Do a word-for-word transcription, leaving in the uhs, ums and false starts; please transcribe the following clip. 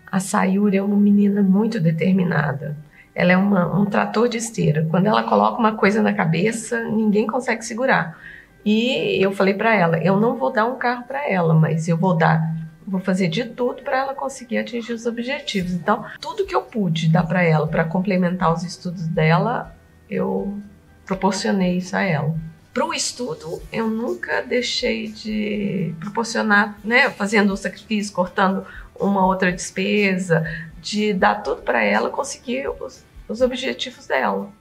A Sayuri é uma menina muito determinada. Ela é uma, um trator de esteira. Quando ela coloca uma coisa na cabeça, ninguém consegue segurar. E eu falei para ela, eu não vou dar um carro para ela, mas eu vou dar, vou fazer de tudo para ela conseguir atingir os objetivos. Então, tudo que eu pude dar para ela, para complementar os estudos dela, eu proporcionei isso a ela. Para o estudo, eu nunca deixei de proporcionar, né, fazendo o sacrifício, cortando uma outra despesa, de dar tudo para ela conseguir os, os objetivos dela.